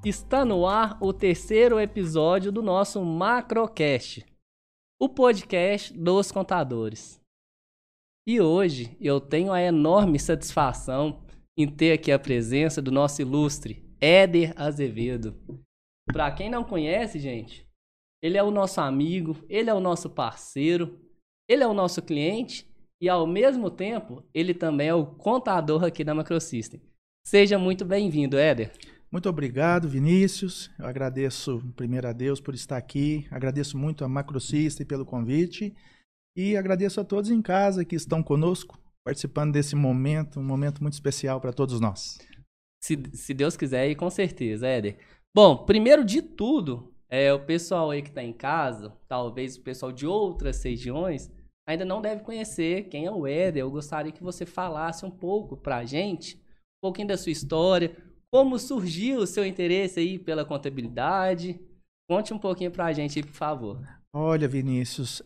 Está no ar o terceiro episódio do nosso Macrocast, o podcast dos contadores. E hoje eu tenho a enorme satisfação em ter aqui a presença do nosso ilustre Éder Azevedo. Para quem não conhece, gente, ele é o nosso amigo, ele é o nosso parceiro, ele é o nosso cliente e, ao mesmo tempo, ele também é o contador aqui da Macrosystem. Seja muito bem-vindo, Éder. Muito obrigado, Vinícius. Eu agradeço primeiro a Deus por estar aqui. Agradeço muito a Macrosystem pelo convite. E agradeço a todos em casa que estão conosco, participando desse momento, um momento muito especial para todos nós. Se Deus quiser, e com certeza, Éder. Bom, primeiro de tudo, o pessoal aí que está em casa, talvez o pessoal de outras regiões, ainda não deve conhecer quem é o Éder. Eu gostaria que você falasse um pouco para a gente, um pouquinho da sua história, como surgiu o seu interesse aí pela contabilidade. Conte um pouquinho para a gente aí, por favor. Olha, Vinícius,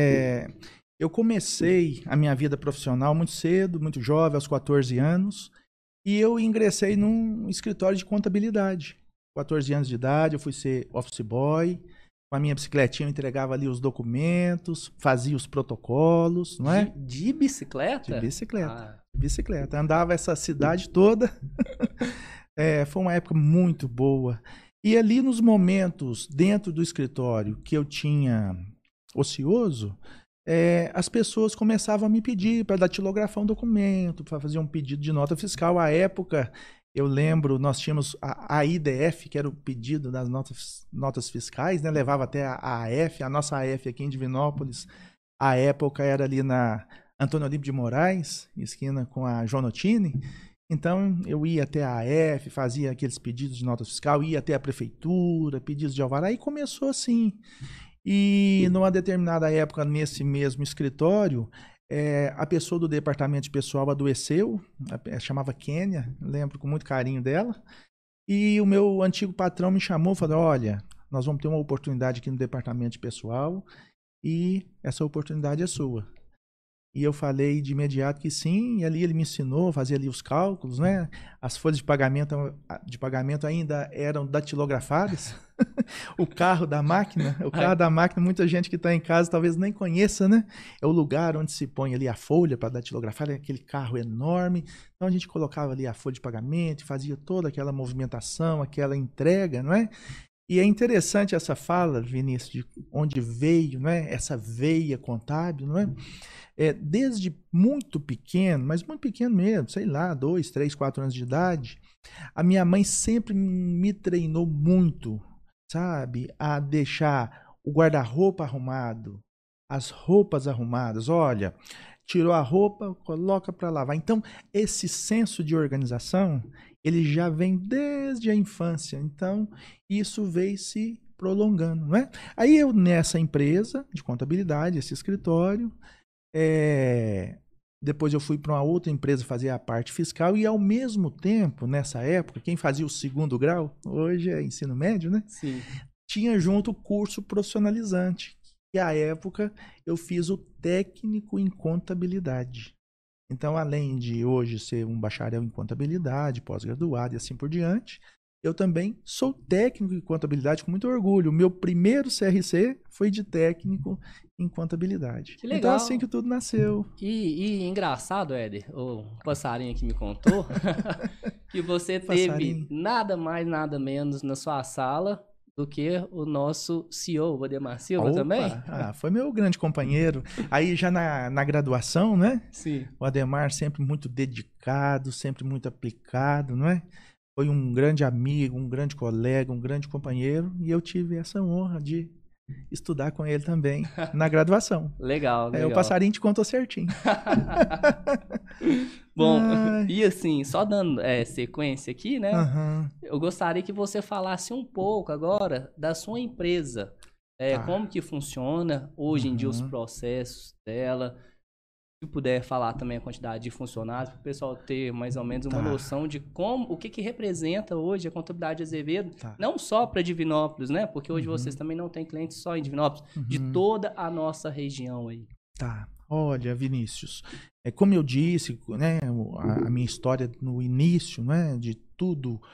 eu comecei a minha vida profissional muito cedo, muito jovem, aos 14 anos, e eu ingressei num escritório de contabilidade. 14 anos de idade, eu fui ser office boy. Com a minha bicicletinha eu entregava ali os documentos, fazia os protocolos, não é? De bicicleta? De bicicleta. Bicicleta. Andava essa cidade toda. Foi uma época muito boa. E ali nos momentos dentro do escritório que eu tinha ocioso, as pessoas começavam a me pedir para datilografar um documento, para fazer um pedido de nota fiscal. À época, eu lembro, nós tínhamos a IDF, que era o pedido das notas fiscais, né? Levava até a AF, a nossa AF aqui em Divinópolis. À época era ali na Antônio Olímpio de Moraes, esquina com a João Notini. Então, eu ia até a AF, fazia aqueles pedidos de nota fiscal, ia até a prefeitura, pedidos de alvará, e começou assim. E numa determinada época, nesse mesmo escritório, a pessoa do departamento de pessoal adoeceu, chamava Kênia, lembro com muito carinho dela, e o meu antigo patrão me chamou e falou: olha, nós vamos ter uma oportunidade aqui no departamento de pessoal e essa oportunidade é sua. E eu falei de imediato que sim, e ali ele me ensinou a fazer ali os cálculos, né? As folhas de pagamento ainda eram datilografadas. O carro da máquina, muita gente que está em casa talvez nem conheça, né? É o lugar onde se põe ali a folha para datilografar, aquele carro enorme. Então a gente colocava ali a folha de pagamento, fazia toda aquela movimentação, aquela entrega, não é? E é interessante essa fala, Vinícius, de onde veio, não é? Essa veia contábil, não é? Desde muito pequeno, mas muito pequeno mesmo, sei lá, 2, 3, 4 anos de idade, a minha mãe sempre me treinou muito, sabe? A deixar o guarda-roupa arrumado, as roupas arrumadas. Olha, tirou a roupa, coloca para lavar. Então, esse senso de organização, ele já vem desde a infância. Então, isso veio se prolongando, não é? Aí eu, nessa empresa de contabilidade, esse escritório, depois eu fui para uma outra empresa fazer a parte fiscal e, ao mesmo tempo, nessa época, quem fazia o segundo grau, hoje é ensino médio, né? Sim. Tinha junto o curso profissionalizante. E, à época, eu fiz o técnico em contabilidade. Então, além de hoje ser um bacharel em contabilidade, pós-graduado e assim por diante, eu também sou técnico em contabilidade com muito orgulho. O meu primeiro CRC foi de técnico em contabilidade. Que legal. Então, assim que tudo nasceu. E engraçado, Éder, o passarinho que me contou, que você teve nada mais, nada menos na sua sala do que o nosso CEO, o Ademar Silva. Opa, também? Foi meu grande companheiro. Aí já na graduação, né? Sim. O Ademar sempre muito dedicado, sempre muito aplicado, não é? Foi um grande amigo, um grande colega, um grande companheiro, e eu tive essa honra de estudar com ele também na graduação. Legal. O passarinho te contou certinho. Bom, e assim, só dando sequência aqui, né? Uhum. Eu gostaria que você falasse um pouco agora da sua empresa. Como que funciona hoje em dia os processos dela. Se puder falar também a quantidade de funcionários, para o pessoal ter mais ou menos uma noção de o que representa hoje a contabilidade Azevedo, não só para Divinópolis, né? Porque hoje vocês também não têm clientes só em Divinópolis, de toda a nossa região aí. Olha, Vinícius, como eu disse, né, a minha história no início, né, de tudo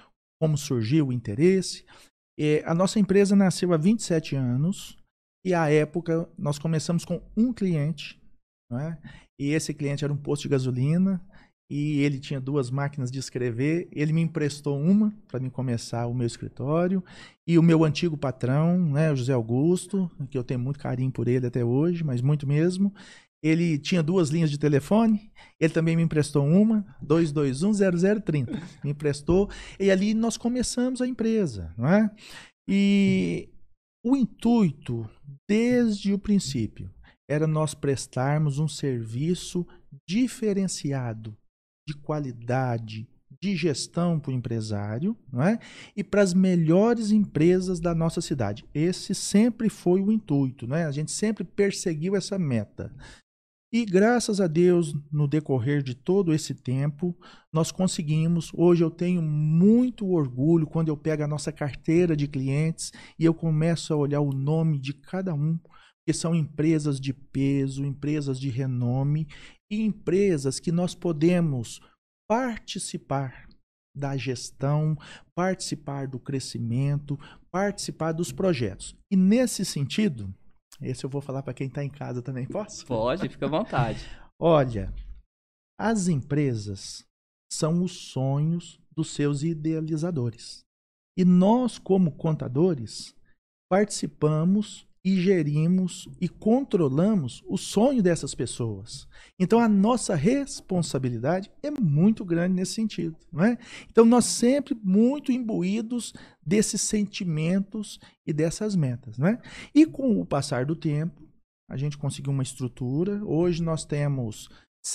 como surgiu o interesse. A nossa empresa nasceu há 27 anos e, à época, nós começamos com um cliente, não é? E esse cliente era um posto de gasolina e ele tinha 2 máquinas de escrever. Ele me emprestou uma para mim começar o meu escritório e o meu antigo patrão, né, o José Augusto, que eu tenho muito carinho por ele até hoje, mas muito mesmo. Ele tinha 2 linhas de telefone, ele também me emprestou uma, 2210030. Me emprestou, e ali nós começamos a empresa, não é? E o intuito, desde o princípio, era nós prestarmos um serviço diferenciado, de qualidade, de gestão para o empresário, não é? E para as melhores empresas da nossa cidade. Esse sempre foi o intuito, não é? A gente sempre perseguiu essa meta. E graças a Deus, no decorrer de todo esse tempo, nós conseguimos. Hoje eu tenho muito orgulho quando eu pego a nossa carteira de clientes e eu começo a olhar o nome de cada um, que são empresas de peso, empresas de renome e empresas que nós podemos participar da gestão, participar do crescimento, participar dos projetos. E nesse sentido, esse eu vou falar para quem está em casa também, posso? Pode, fica à vontade. Olha, as empresas são os sonhos dos seus idealizadores. E nós, como contadores, participamos e gerimos e controlamos o sonho dessas pessoas. Então, a nossa responsabilidade é muito grande nesse sentido, não é? Então, nós sempre muito imbuídos desses sentimentos e dessas metas, não é? E com o passar do tempo, a gente conseguiu uma estrutura. Hoje nós temos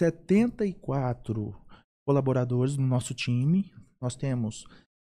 74 colaboradores no nosso time. Nós temos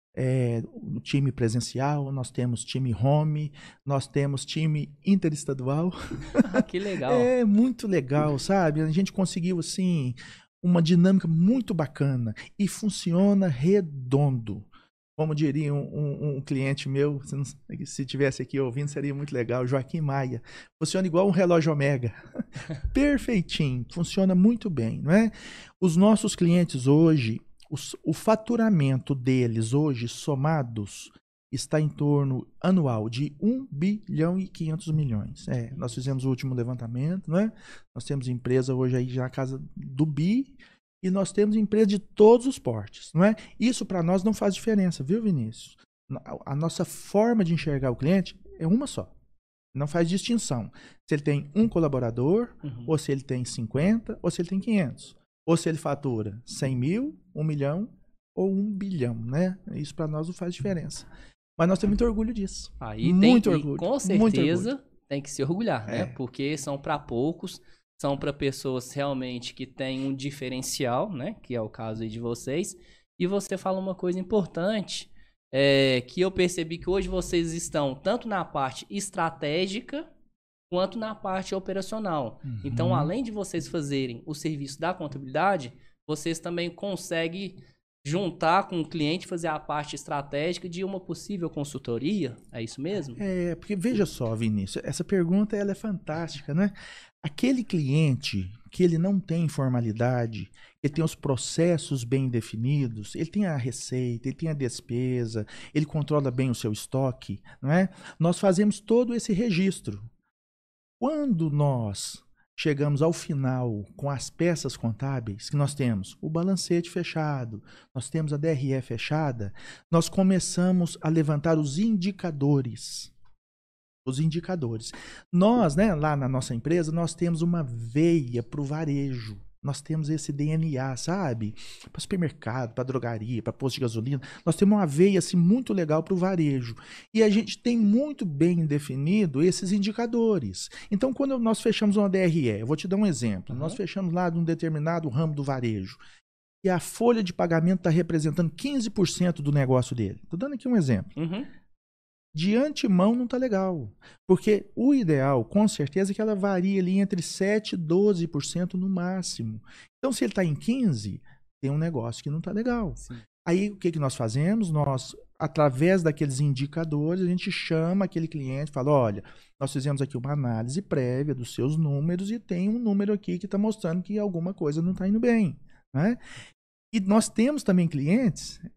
o time presencial, nós temos time home, nós temos time interestadual. Que legal. É muito legal, sabe? A gente conseguiu, assim, uma dinâmica muito bacana e funciona redondo. Como diria um cliente meu, se tivesse aqui ouvindo, seria muito legal, Joaquim Maia. Funciona igual um relógio Omega. Perfeitinho, funciona muito bem, não é? Os nossos clientes hoje, o faturamento deles hoje, somados, está em torno anual de 1 bilhão e 500 milhões. Nós fizemos o último levantamento, não é? Nós temos empresa hoje aí já na casa do bi, e nós temos empresa de todos os portes, não é? Isso para nós não faz diferença, viu, Vinícius? A nossa forma de enxergar o cliente é uma só. Não faz distinção. Se ele tem um colaborador, ou se ele tem 50, ou se ele tem 500. Ou se ele fatura 100 mil, 1 milhão ou 1 bilhão, né? Isso para nós não faz diferença. Mas nós temos muito orgulho disso. Aí muito tem, orgulho. Com certeza tem que se orgulhar, né? É. Porque são para poucos, são para pessoas realmente que têm um diferencial, né? Que é o caso aí de vocês. E você fala uma coisa importante, que eu percebi que hoje vocês estão tanto na parte estratégica quanto na parte operacional. Então, além de vocês fazerem o serviço da contabilidade, vocês também conseguem juntar com o cliente, fazer a parte estratégica de uma possível consultoria. É isso mesmo? Porque veja só, Vinícius, essa pergunta ela é fantástica, né? Aquele cliente que ele não tem formalidade, ele tem os processos bem definidos, ele tem a receita, ele tem a despesa, ele controla bem o seu estoque, não é? Nós fazemos todo esse registro. Quando nós chegamos ao final com as peças contábeis, que nós temos o balancete fechado, nós temos a DRE fechada, nós começamos a levantar os indicadores. Os indicadores. Nós, né, lá na nossa empresa, nós temos uma veia para o varejo. Nós temos esse DNA, sabe? Para supermercado, para drogaria, para posto de gasolina. Nós temos uma veia assim, muito legal para o varejo. E a gente tem muito bem definido esses indicadores. Então, quando nós fechamos uma DRE, eu vou te dar um exemplo. Nós fechamos lá de um determinado ramo do varejo. E a folha de pagamento está representando 15% do negócio dele. Estou dando aqui um exemplo. De antemão não está legal. Porque o ideal, com certeza, é que ela varia ali entre 7% e 12% no máximo. Então, se ele está em 15%, tem um negócio que não está legal. Sim. Aí, o que nós fazemos? Nós, através daqueles indicadores, a gente chama aquele cliente e fala, olha, nós fizemos aqui uma análise prévia dos seus números e tem um número aqui que está mostrando que alguma coisa não está indo bem, né? E nós temos também clientes,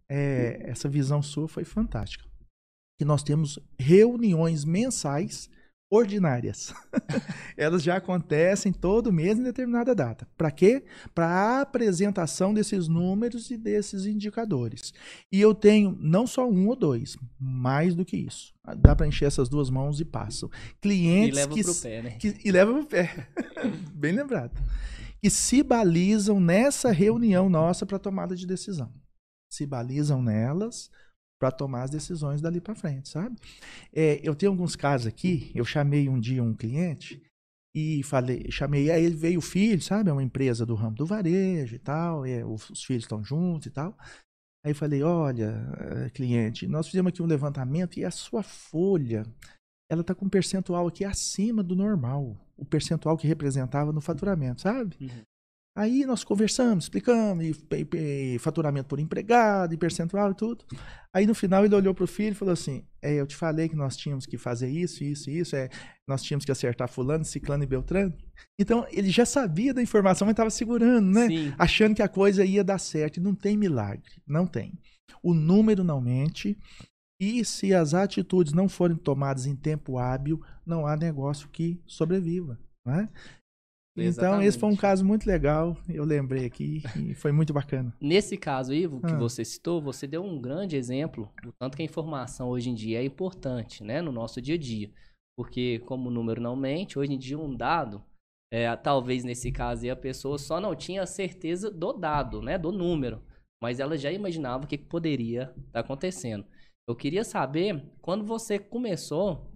essa visão sua foi fantástica. Que nós temos reuniões mensais ordinárias. Elas já acontecem todo mês em determinada data. Para quê? Para a apresentação desses números e desses indicadores. E eu tenho não só um ou dois, mais do que isso. Dá para encher essas duas mãos e passam. Clientes e leva pro pé, né? E leva pro pé. Bem lembrado. Que se balizam nessa reunião nossa para tomada de decisão. Se balizam nelas para tomar as decisões dali para frente, sabe? Eu tenho alguns casos aqui, eu chamei um dia um cliente e chamei, aí veio o filho, sabe? É uma empresa do ramo do varejo e tal, os filhos estão juntos e tal. Aí falei, olha, cliente, nós fizemos aqui um levantamento e a sua folha, ela está com um percentual aqui acima do normal, o percentual que representava no faturamento, sabe? Uhum. Aí nós conversamos, explicamos, e faturamento por empregado, e percentual e tudo. Aí no final ele olhou para o filho e falou assim, eu te falei que nós tínhamos que fazer isso, nós tínhamos que acertar fulano, ciclano e beltrano. Então ele já sabia da informação, mas estava segurando, né? Sim. Achando que a coisa ia dar certo. E não tem milagre, não tem. O número não mente, e se as atitudes não forem tomadas em tempo hábil, não há negócio que sobreviva, né? Então, exatamente. Esse foi um caso muito legal, eu lembrei aqui, e foi muito bacana. Nesse caso, Ivo, que você citou, você deu um grande exemplo do tanto que a informação hoje em dia é importante, né, no nosso dia a dia. Porque, como o número não mente, hoje em dia um dado, talvez nesse caso aí a pessoa só não tinha certeza do dado, né, do número, mas ela já imaginava o que poderia estar acontecendo. Eu queria saber, quando você começou,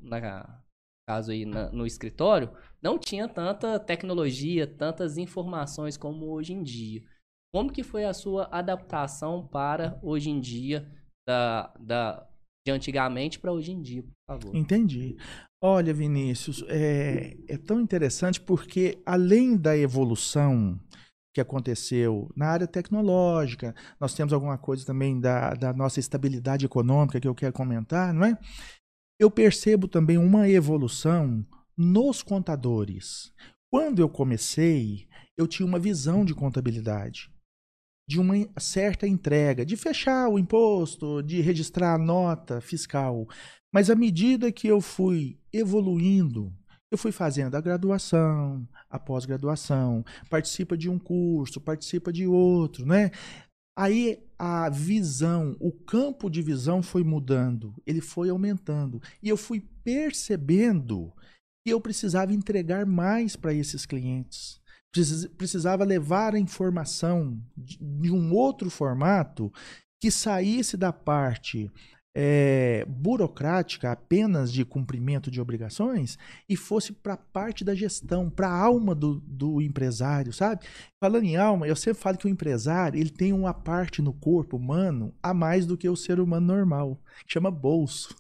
caso aí no escritório, não tinha tanta tecnologia, tantas informações como hoje em dia. Como que foi a sua adaptação para hoje em dia, de antigamente para hoje em dia, por favor? Entendi. Olha, Vinícius, é tão interessante porque além da evolução que aconteceu na área tecnológica, nós temos alguma coisa também da nossa estabilidade econômica que eu quero comentar, não é? Eu percebo também uma evolução nos contadores. Quando eu comecei, eu tinha uma visão de contabilidade, de uma certa entrega, de fechar o imposto, de registrar a nota fiscal. Mas à medida que eu fui evoluindo, eu fui fazendo a graduação, a pós-graduação, participa de um curso, participa de outro, né? Aí a visão, o campo de visão foi mudando, ele foi aumentando. E eu fui percebendo que eu precisava entregar mais para esses clientes. Precisava levar a informação de um outro formato que saísse da parte burocrática, apenas de cumprimento de obrigações, e fosse para a parte da gestão, para a alma do empresário, sabe? Falando em alma, eu sempre falo que o empresário ele tem uma parte no corpo humano a mais do que o ser humano normal, que chama bolso.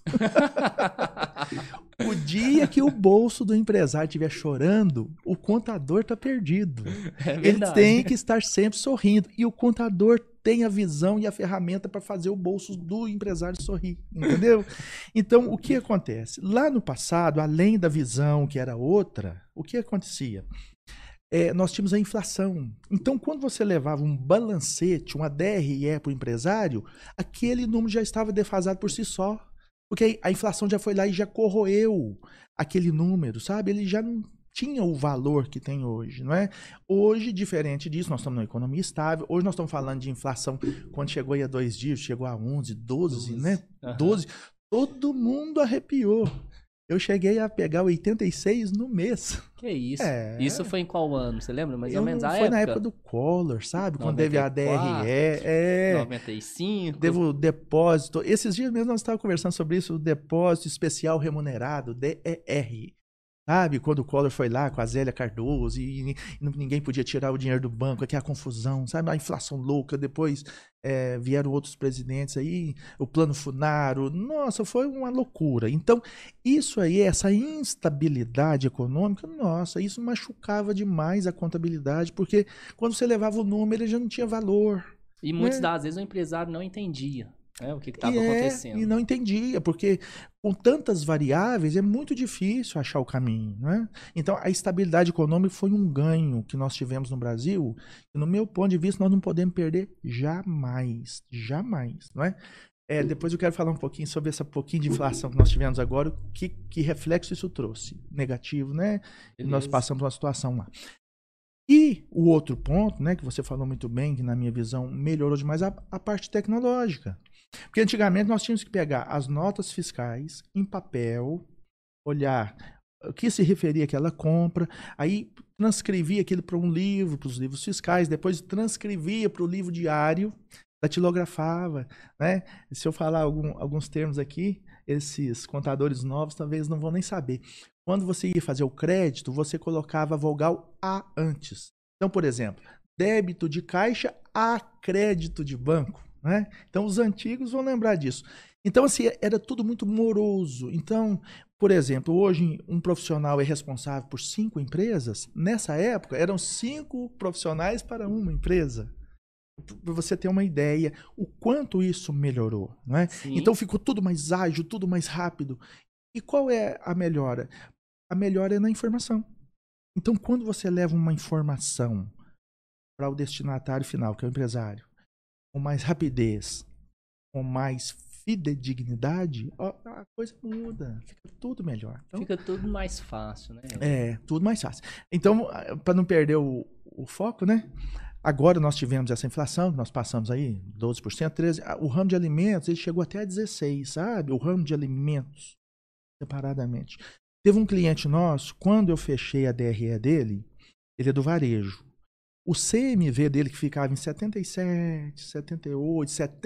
O dia que o bolso do empresário estiver chorando, o contador está perdido. Ele tem que estar sempre sorrindo. E o contador tem a visão e a ferramenta para fazer o bolso do empresário sorrir, entendeu? Então, o que acontece? Lá no passado, além da visão que era outra, o que acontecia? Nós tínhamos a inflação. Então, quando você levava um balancete, uma DRE para o empresário, aquele número já estava defasado por si só. Porque a inflação já foi lá e já corroeu aquele número, sabe? Ele já não tinha o valor que tem hoje, não é? Hoje, diferente disso, nós estamos numa economia estável. Hoje nós estamos falando de inflação, quando chegou aí a 2 dias, chegou a 11, 12, né? Uhum. 12. Todo mundo arrepiou. Eu cheguei a pegar 86 no mês. Que isso? Isso foi em qual ano? Você lembra? Mais ou menos a época? Foi na época do Collor, sabe? 94, quando teve a DRE. 95. Teve o depósito. Esses dias mesmo nós estávamos conversando sobre isso, o depósito especial remunerado, DER. Sabe, quando o Collor foi lá com a Zélia Cardoso e ninguém podia tirar o dinheiro do banco, aquela confusão, sabe, a inflação louca, depois vieram outros presidentes aí, o plano Funaro, nossa, foi uma loucura. Então, isso aí, essa instabilidade econômica, nossa, isso machucava demais a contabilidade, porque quando você levava o número, ele já não tinha valor. E muitas das vezes o empresário não entendia. né? O que estava acontecendo. E não entendia, porque com tantas variáveis é muito difícil achar o caminho, né? Então, a estabilidade econômica foi um ganho que nós tivemos no Brasil, e no meu ponto de vista, nós não podemos perder jamais, jamais, não é? Depois eu quero falar um pouquinho sobre essa pouquinho de inflação que nós tivemos agora, que reflexo isso trouxe, negativo, né? E nós passamos uma situação lá. E o outro ponto, né, que você falou muito bem, que na minha visão melhorou demais, a parte tecnológica. Porque antigamente nós tínhamos que pegar as notas fiscais em papel, olhar o que se referia àquela compra, aí transcrevia aquilo para um livro, para os livros fiscais, depois transcrevia para o livro diário, datilografava, né? Se eu falar alguns termos aqui, esses contadores novos talvez não vão nem saber. Quando você ia fazer o crédito, você colocava a vogal A antes. Então, por exemplo, débito de caixa a crédito de banco, né? Então, os antigos vão lembrar disso. Então, assim, era tudo muito moroso. Então, por exemplo, hoje um profissional é responsável por 5 empresas. Nessa época, eram 5 profissionais para uma empresa. Para você ter uma ideia, o quanto isso melhorou, não é? Então ficou tudo mais ágil, tudo mais rápido. E qual é a melhora? A melhora é na informação. Então, quando você leva uma informação para o destinatário final, que é o empresário, com mais rapidez, com mais fidedignidade, a coisa muda, fica tudo melhor. Então, fica tudo mais fácil, né? Tudo mais fácil. Então, para não perder o foco, né? Agora nós tivemos essa inflação, nós passamos aí 12%, 13%. O ramo de alimentos, ele chegou até a 16%, sabe? O ramo de alimentos, separadamente. Teve um cliente nosso, quando eu fechei a DRE dele, ele é do varejo. O CMV dele, que ficava em 77%, 78%,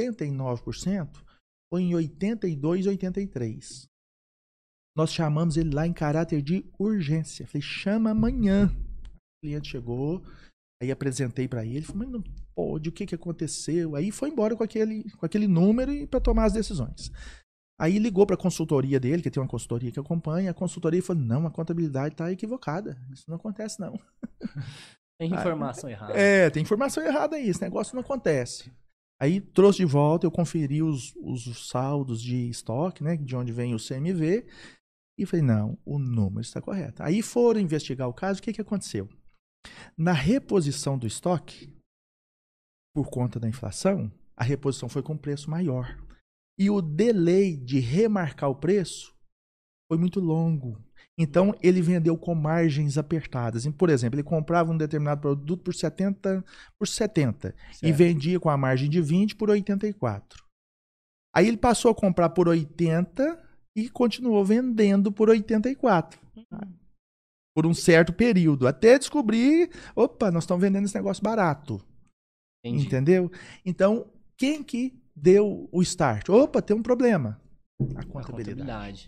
79%, foi em 82%, 83%. Nós chamamos ele lá em caráter de urgência. Falei, chama amanhã. O cliente chegou... Aí apresentei para ele, falei, mas não pode, o que aconteceu? Aí foi embora com aquele número para tomar as decisões. Aí ligou para a consultoria dele, que tem uma consultoria que acompanha, a consultoria falou, não, a contabilidade está equivocada, isso não acontece não. Tem informação errada. Tem informação errada aí, esse negócio não acontece. Aí trouxe de volta, eu conferi os saldos de estoque, né, de onde vem o CMV, e falei, não, o número está correto. Aí foram investigar o caso, o que aconteceu? Na reposição do estoque, por conta da inflação, a reposição foi com preço maior. E o delay de remarcar o preço foi muito longo. Então, ele vendeu com margens apertadas. Por exemplo, ele comprava um determinado produto por 70 e vendia com a margem de 20 por 84. Aí ele passou a comprar por 80 e continuou vendendo por 84. Por um certo período, até descobrir, opa, nós estamos vendendo esse negócio barato. Entendi. Entendeu? Então, quem que deu o start? Opa, tem um problema. A contabilidade.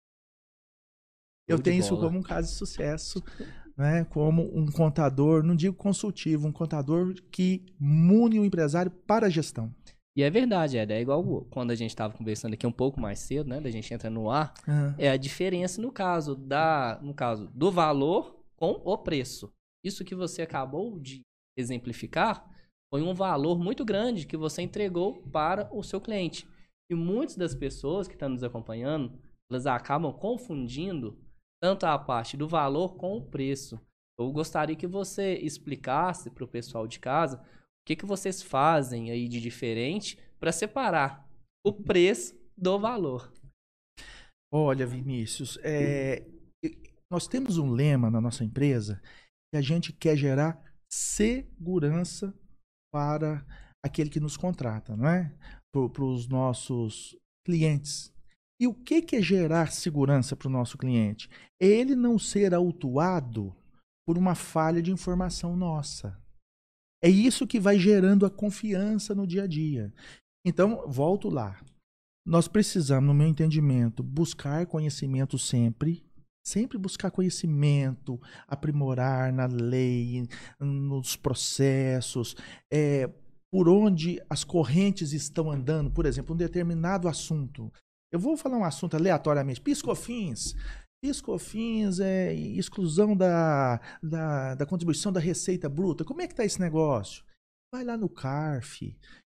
Eu tenho isso como um caso de sucesso, né? Como um contador, não digo consultivo, um contador que mune o empresário para a gestão. E é verdade, é igual quando a gente estava conversando aqui um pouco mais cedo, né, da gente entrar no ar, é a diferença no caso do valor com o preço. Isso que você acabou de exemplificar foi um valor muito grande que você entregou para o seu cliente. E muitas das pessoas que estão nos acompanhando, elas acabam confundindo tanto a parte do valor com o preço. Eu gostaria que você explicasse para o pessoal de casa o que vocês fazem aí de diferente para separar o preço do valor. Olha, Vinícius, nós temos um lema na nossa empresa que a gente quer gerar segurança para aquele que nos contrata, não é? Para os nossos clientes. E o que é gerar segurança para o nosso cliente? É ele não ser autuado por uma falha de informação nossa. É isso que vai gerando a confiança no dia a dia. Então, volto lá. Nós precisamos, no meu entendimento, buscar conhecimento sempre. Sempre buscar conhecimento, aprimorar na lei, nos processos, por onde as correntes estão andando. Por exemplo, um determinado assunto. Eu vou falar um assunto aleatoriamente. PIS/COFINS. PIS/COFINS é exclusão da contribuição da receita bruta. Como é que está esse negócio? Vai lá no CARF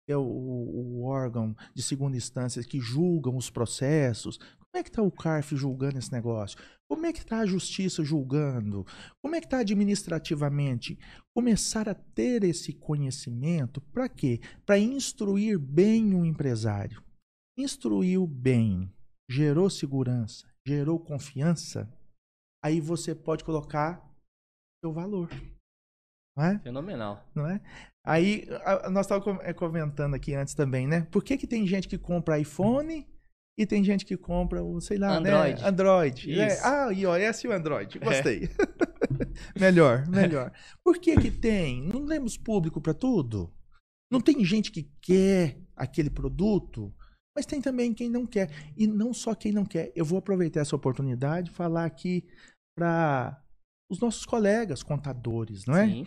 que é o órgão de segunda instância que julgam os processos. Como é que está o CARF julgando esse negócio? Como é que está a justiça julgando? Como é que está administrativamente? Começar a ter esse conhecimento para quê? Para instruir bem o empresário. Instruiu bem, gerou segurança, gerou confiança, aí você pode colocar seu valor. Não é? Fenomenal. Não é? Aí, nós estávamos comentando aqui antes também, né? Por que tem gente que compra iPhone e tem gente que compra, sei lá, Android. né? Android. Isso. iOS e o Android. Gostei. Melhor. Por que tem? Não temos público para tudo? Não tem gente que quer aquele produto, mas tem também quem não quer. E não só quem não quer. Eu vou aproveitar essa oportunidade e falar aqui para os nossos colegas contadores, não é? Sim.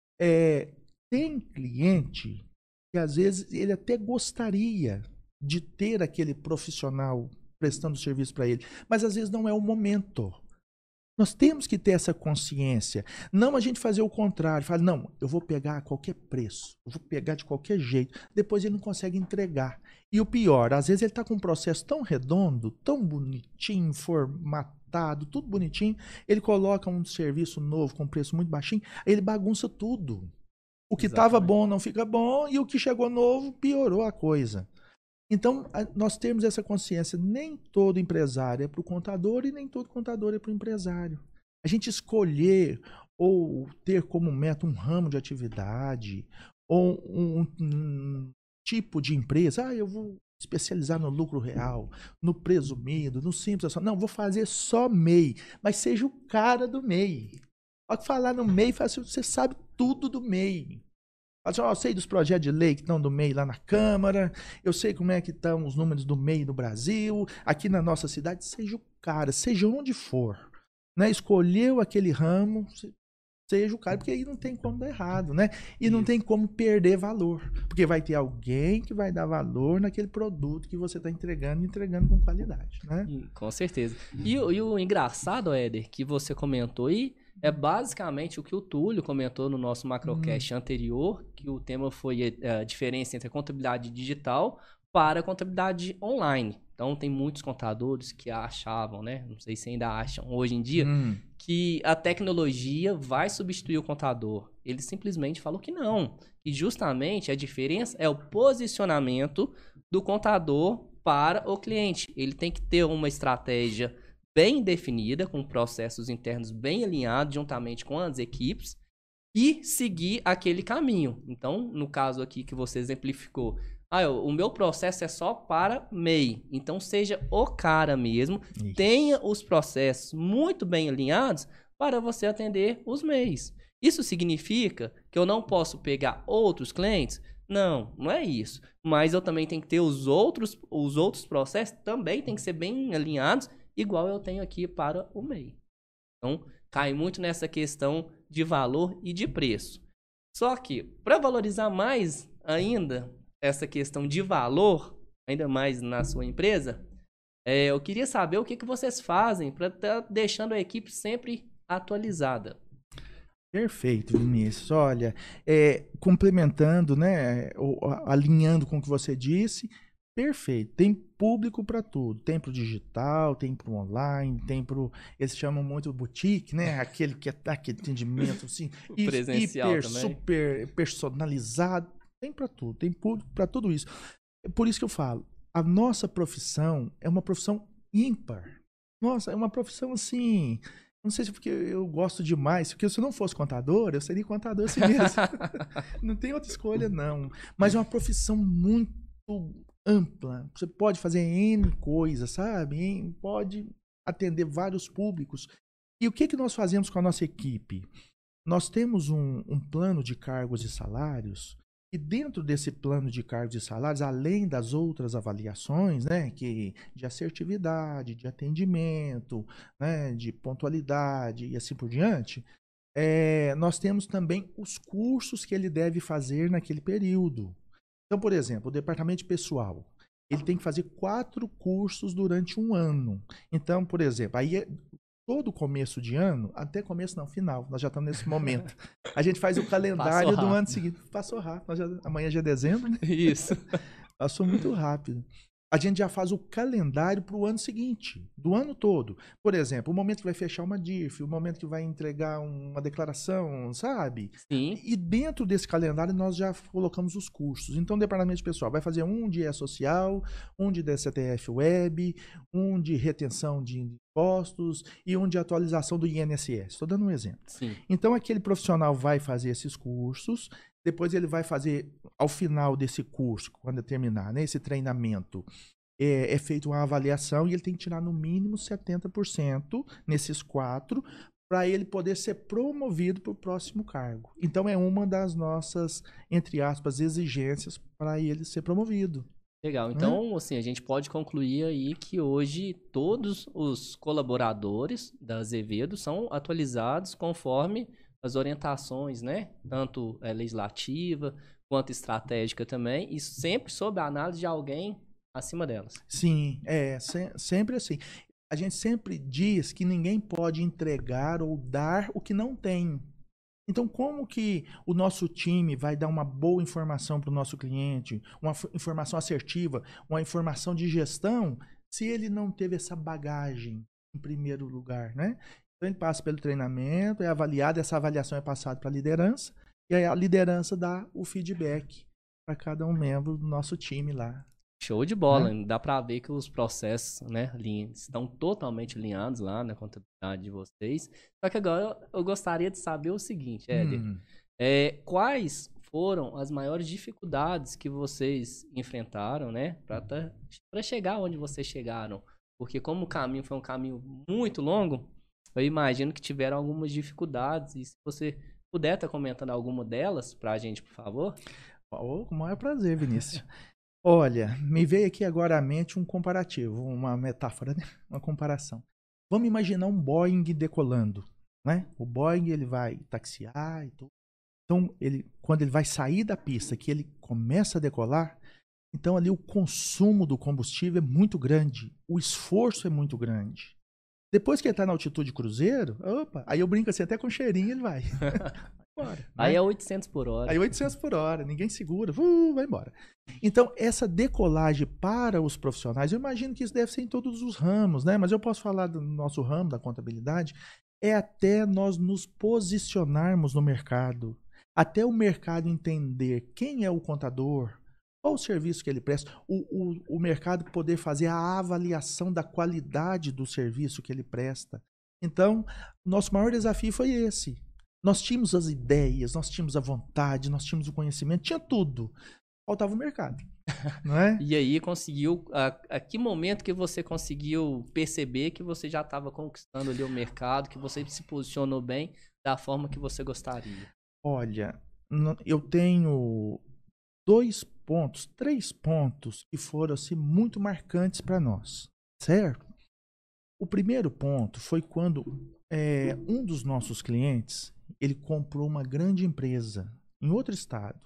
Tem cliente que às vezes ele até gostaria de ter aquele profissional prestando serviço para ele, mas às vezes não é o momento. Nós temos que ter essa consciência. Não a gente fazer o contrário. Falar, não, eu vou pegar a qualquer preço. Eu vou pegar de qualquer jeito. Depois ele não consegue entregar. E o pior, às vezes ele está com um processo tão redondo, tão bonitinho, formatado, tudo bonitinho. Ele coloca um serviço novo com preço muito baixinho, aí ele bagunça tudo. O que estava bom não fica bom e o que chegou novo piorou a coisa. Então, nós temos essa consciência. Nem todo empresário é para o contador e nem todo contador é para o empresário. A gente escolher ou ter como meta um ramo de atividade ou um tipo de empresa. Eu vou especializar no lucro real, no presumido, no simples. Não, vou fazer só MEI, mas seja o cara do MEI. Pode falar no MEI, você sabe tudo do MEI. Eu sei dos projetos de lei que estão do MEI lá na Câmara, eu sei como é que estão os números do MEI no Brasil, aqui na nossa cidade, seja o cara, seja onde for, né? Escolheu aquele ramo, seja o cara, porque aí não tem como dar errado, né? E não tem como perder valor, porque vai ter alguém que vai dar valor naquele produto que você está entregando com qualidade, né? Com certeza. E o engraçado, Éder, que você comentou aí, é basicamente o que o Túlio comentou no nosso Macrocast anterior, que o tema foi a diferença entre a contabilidade digital para a contabilidade online. Então, tem muitos contadores que achavam, né? Não sei se ainda acham hoje em dia, que a tecnologia vai substituir o contador. Ele simplesmente falou que não. E justamente a diferença é o posicionamento do contador para o cliente. Ele tem que ter uma estratégia bem definida, com processos internos bem alinhados, juntamente com as equipes, e seguir aquele caminho. Então, no caso aqui que você exemplificou, o meu processo é só para MEI. Então, seja o cara mesmo, tenha os processos muito bem alinhados para você atender os MEIs. Isso significa que eu não posso pegar outros clientes? Não, não é isso. Mas eu também tenho que ter os outros processos também tem que ser bem alinhados, igual eu tenho aqui para o MEI. Então, cai muito nessa questão de valor e de preço. Só que, para valorizar mais ainda essa questão de valor, ainda mais na sua empresa, eu queria saber o que vocês fazem para estar deixando a equipe sempre atualizada. Perfeito, Vinícius. Olha, complementando, né, alinhando com o que você disse, perfeito. Tem público para tudo. Tem para o digital, tem para o online, tem para o... Eles chamam muito boutique, né? Aquele que é aquele atendimento assim, presencial também. super personalizado. Tem para tudo. Tem público para tudo isso. É por isso que eu falo, a nossa profissão é uma profissão ímpar. Nossa, é uma profissão assim... Não sei se porque eu gosto demais, porque se eu não fosse contador, eu seria contador assim mesmo. Não tem outra escolha, não. Mas é uma profissão muito ampla. Você pode fazer N coisas, sabe? Pode atender vários públicos. E o que nós fazemos com a nossa equipe? Nós temos um plano de cargos e salários, e dentro desse plano de cargos e salários, além das outras avaliações, né, de assertividade, de atendimento, né, de pontualidade e assim por diante, nós temos também os cursos que ele deve fazer naquele período. Então, por exemplo, o departamento pessoal, ele tem que fazer 4 cursos durante um ano. Então, por exemplo, aí todo começo de ano, até começo não, final, nós já estamos nesse momento. A gente faz o calendário do ano seguinte. Passou rápido, amanhã já é dezembro, né? Isso. Passou muito rápido. A gente já faz o calendário para o ano seguinte, do ano todo. Por exemplo, o momento que vai fechar uma DIRF, o momento que vai entregar uma declaração, sabe? Sim. E dentro desse calendário nós já colocamos os cursos. Então o departamento de pessoal vai fazer um de E-Social, um de DCTF Web, um de retenção de impostos e um de atualização do INSS. Estou dando um exemplo. Sim. Então aquele profissional vai fazer esses cursos, depois ele vai fazer, ao final desse curso, quando terminar, né, esse treinamento, é feita uma avaliação e ele tem que tirar no mínimo 70% nesses 4 para ele poder ser promovido para o próximo cargo. Então é uma das nossas, entre aspas, exigências para ele ser promovido. Legal. Então, assim, a gente pode concluir aí que hoje todos os colaboradores da Azevedo são atualizados conforme as orientações, né? Tanto legislativa quanto estratégica também, e sempre sob a análise de alguém acima delas. Sim, sempre assim. A gente sempre diz que ninguém pode entregar ou dar o que não tem. Então, como que o nosso time vai dar uma boa informação para o nosso cliente, uma informação assertiva, uma informação de gestão, se ele não teve essa bagagem em primeiro lugar, né? Então, ele passa pelo treinamento, é avaliado, essa avaliação é passada para a liderança, e aí a liderança dá o feedback para cada um membro do nosso time lá. Show de bola. Dá para ver que os processos, né, estão totalmente alinhados lá na contabilidade de vocês. Só que agora eu gostaria de saber o seguinte, Éder. Quais foram as maiores dificuldades que vocês enfrentaram, né, para chegar onde vocês chegaram? Porque como o caminho foi um caminho muito longo, eu imagino que tiveram algumas dificuldades. E se você puder estar comentando alguma delas para a gente, por favor. Com o maior prazer, Vinícius. Olha, me veio aqui agora à mente um comparativo, uma metáfora, né? Uma comparação. Vamos imaginar um Boeing decolando, né? O Boeing ele vai taxiar e tudo. Então, quando ele vai sair da pista, que ele começa a decolar, então ali o consumo do combustível é muito grande, o esforço é muito grande. Depois que ele está na altitude cruzeiro, opa, aí eu brinco assim, até com cheirinho ele vai. Embora, aí né? é 800 por hora. Aí 800 por hora, ninguém segura, vai embora. Então, essa decolagem para os profissionais, eu imagino que isso deve ser em todos os ramos, né? Mas eu posso falar do nosso ramo, da contabilidade, é até nós nos posicionarmos no mercado, até o mercado entender quem é o contador, qual o serviço que ele presta, o mercado poder fazer a avaliação da qualidade do serviço que ele presta. Então, nosso maior desafio foi esse. Nós tínhamos as ideias, nós tínhamos a vontade, nós tínhamos o conhecimento, tinha tudo. Faltava o mercado, não é? E aí conseguiu, a que momento que você conseguiu perceber que você já estava conquistando ali o mercado, que você se posicionou bem da forma que você gostaria? Olha, eu tenho 3 pontos que foram assim, muito marcantes para nós, certo? O primeiro ponto foi quando um dos nossos clientes, ele comprou uma grande empresa em outro estado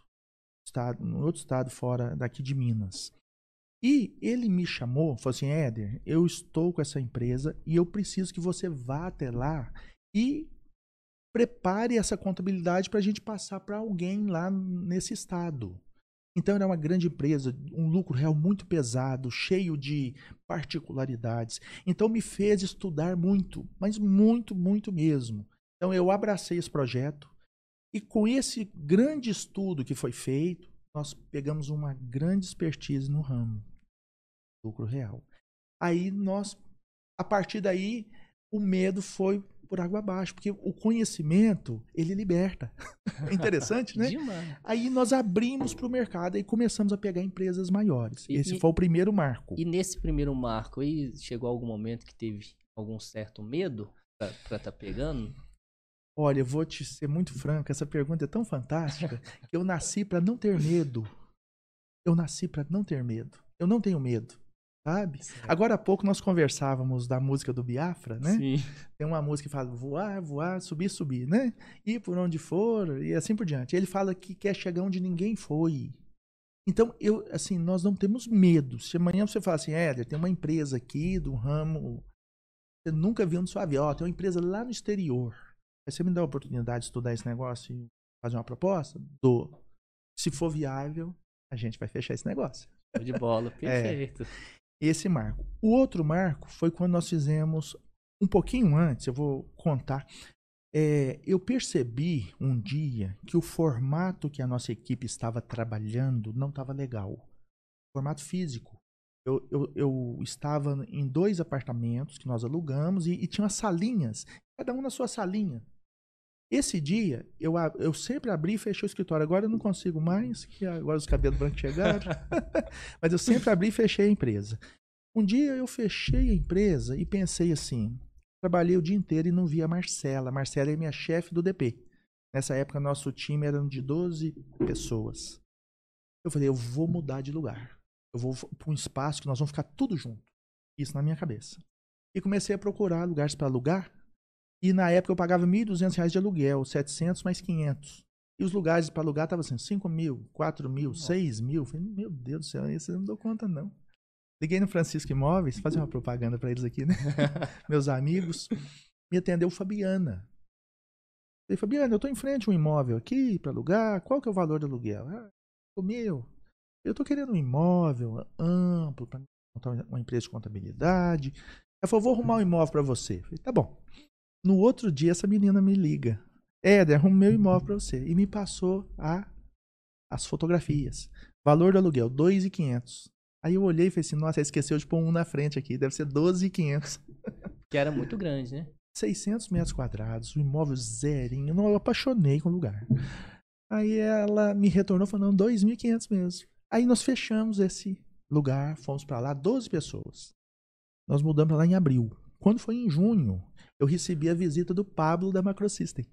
fora daqui de Minas. E ele me chamou, falou assim, Éder, eu estou com essa empresa e eu preciso que você vá até lá e prepare essa contabilidade para a gente passar para alguém lá nesse estado. Então era uma grande empresa, um lucro real muito pesado, cheio de particularidades. Então me fez estudar muito, mas muito, muito mesmo. Então eu abracei esse projeto e com esse grande estudo que foi feito, nós pegamos uma grande expertise no ramo, lucro real. Aí a partir daí, o medo foi por água abaixo, porque o conhecimento, ele liberta. É interessante, né? Demais. Aí nós abrimos para o mercado e começamos a pegar empresas maiores. Esse foi o primeiro marco. E nesse primeiro marco aí, chegou algum momento que teve algum certo medo para estar pegando? Olha, eu vou te ser muito franco, essa pergunta é tão fantástica que eu nasci para não ter medo. Eu nasci para não ter medo. Eu não tenho medo, sabe? Certo. Agora há pouco nós conversávamos da música do Biafra, né? Sim. Tem uma música que fala voar, voar, subir, subir, né? Ir por onde for e assim por diante. Ele fala que quer chegar onde ninguém foi. Então, nós não temos medo. Se amanhã você falar assim, Éder, tem uma empresa aqui do ramo você nunca viu na sua vida. Ó, tem uma empresa lá no exterior. Aí você me dá a oportunidade de estudar esse negócio e fazer uma proposta? Dou. Se for viável, a gente vai fechar esse negócio. Show de bola, perfeito. Esse marco. O outro marco foi quando nós fizemos, um pouquinho antes, eu vou contar. Eu percebi um dia que o formato que a nossa equipe estava trabalhando não estava legal. Formato físico. Eu estava em 2 apartamentos que nós alugamos e tinha umas salinhas, cada um na sua salinha. Esse dia, eu sempre abri e fechei o escritório. Agora eu não consigo mais, que agora os cabelos brancos chegaram. Mas eu sempre abri e fechei a empresa. Um dia eu fechei a empresa e pensei assim, trabalhei o dia inteiro e não vi a Marcela. A Marcela é minha chefe do DP. Nessa época, nosso time era de 12 pessoas. Eu falei, eu vou mudar de lugar. Eu vou para um espaço que nós vamos ficar tudo junto. Isso na minha cabeça. E comecei a procurar lugares para alugar. E na época eu pagava R$ 1.200 de aluguel, 700 mais 500. E os lugares para alugar estavam assim, 5 mil, 4 mil, 6 mil. Falei, meu Deus do céu, esse eu não dou conta não. Liguei no Francisco Imóveis, fazer uma propaganda para eles aqui, né? Meus amigos. Me atendeu Fabiana. Falei, Fabiana, eu estou em frente a um imóvel aqui para alugar. Qual que é o valor do aluguel? Meu, eu estou querendo um imóvel amplo para montar uma empresa de contabilidade. Ela falou, vou arrumar um imóvel para você. Falei, tá bom. No outro dia, essa menina me liga. Éder, arrumo meu imóvel para você. E me passou as fotografias. Valor do aluguel, 2.500. Aí eu olhei e falei assim, nossa, esqueceu de pôr um na frente aqui, deve ser 12.500. Que era muito grande, né? 600 metros quadrados, um imóvel zerinho. Não, eu apaixonei com o lugar. Aí ela me retornou falando, 2.500 mesmo. Aí nós fechamos esse lugar, fomos para lá, 12 pessoas. Nós mudamos para lá em abril. Quando foi em junho, eu recebi a visita do Pablo da Macrosystem.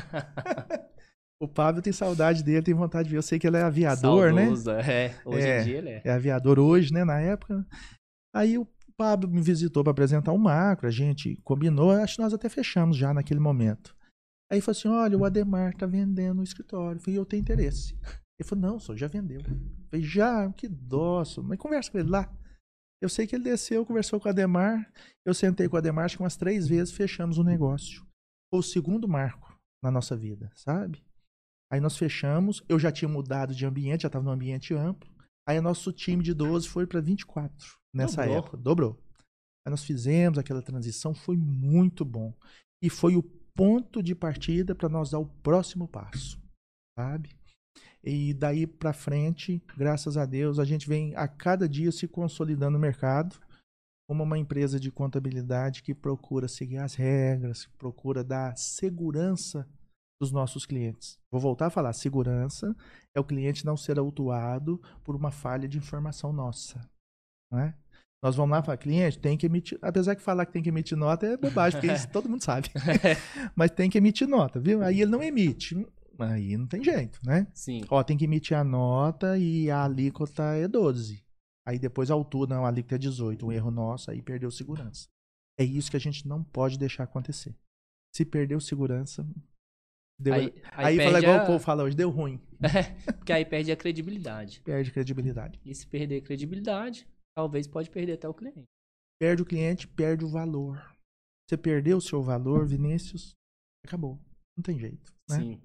O Pablo tem saudade dele, tem vontade de ver. Eu sei que ele é aviador, Saudoso, né? hoje em dia ele é. É aviador hoje, né? Na época. Aí o Pablo me visitou para apresentar um macro, a gente combinou, acho que nós até fechamos já naquele momento. Aí falou assim, olha, o Ademar tá vendendo o escritório. Eu falei, eu tenho interesse. Ele falou, não, só já vendeu. Eu falei, já? Que dó, mas conversa com ele lá. Eu sei que ele desceu, conversou com o Ademar, eu sentei com o Ademar, acho que umas 3 vezes, fechamos o negócio. Foi o segundo marco na nossa vida, sabe? Aí nós fechamos, eu já tinha mudado de ambiente, já estava num ambiente amplo. Aí o nosso time de 12 foi para 24 nessa época, dobrou. Aí nós fizemos aquela transição, foi muito bom. E foi o ponto de partida para nós dar o próximo passo, sabe? E daí para frente, graças a Deus, a gente vem a cada dia se consolidando no mercado como uma empresa de contabilidade que procura seguir as regras, procura dar segurança dos nossos clientes. Vou voltar a falar, segurança é o cliente não ser autuado por uma falha de informação nossa, não é? Nós vamos lá e falar, cliente, tem que emitir, apesar que falar que tem que emitir nota é bobagem, porque isso todo mundo sabe, mas tem que emitir nota, viu? Aí ele não emite, aí não tem jeito, né? Sim. Ó, tem que emitir a nota e a alíquota é 12. Aí depois a altura, não, a alíquota é 18, um erro nosso, aí perdeu segurança. É isso que a gente não pode deixar acontecer. Se perdeu segurança, deu... Aí fala igual o povo fala hoje, deu ruim. Porque aí perde a credibilidade. Perde credibilidade. E se perder a credibilidade, talvez pode perder até o cliente. Perde o cliente, perde o valor. Você perdeu o seu valor, Vinícius, acabou. Não tem jeito, né? Sim.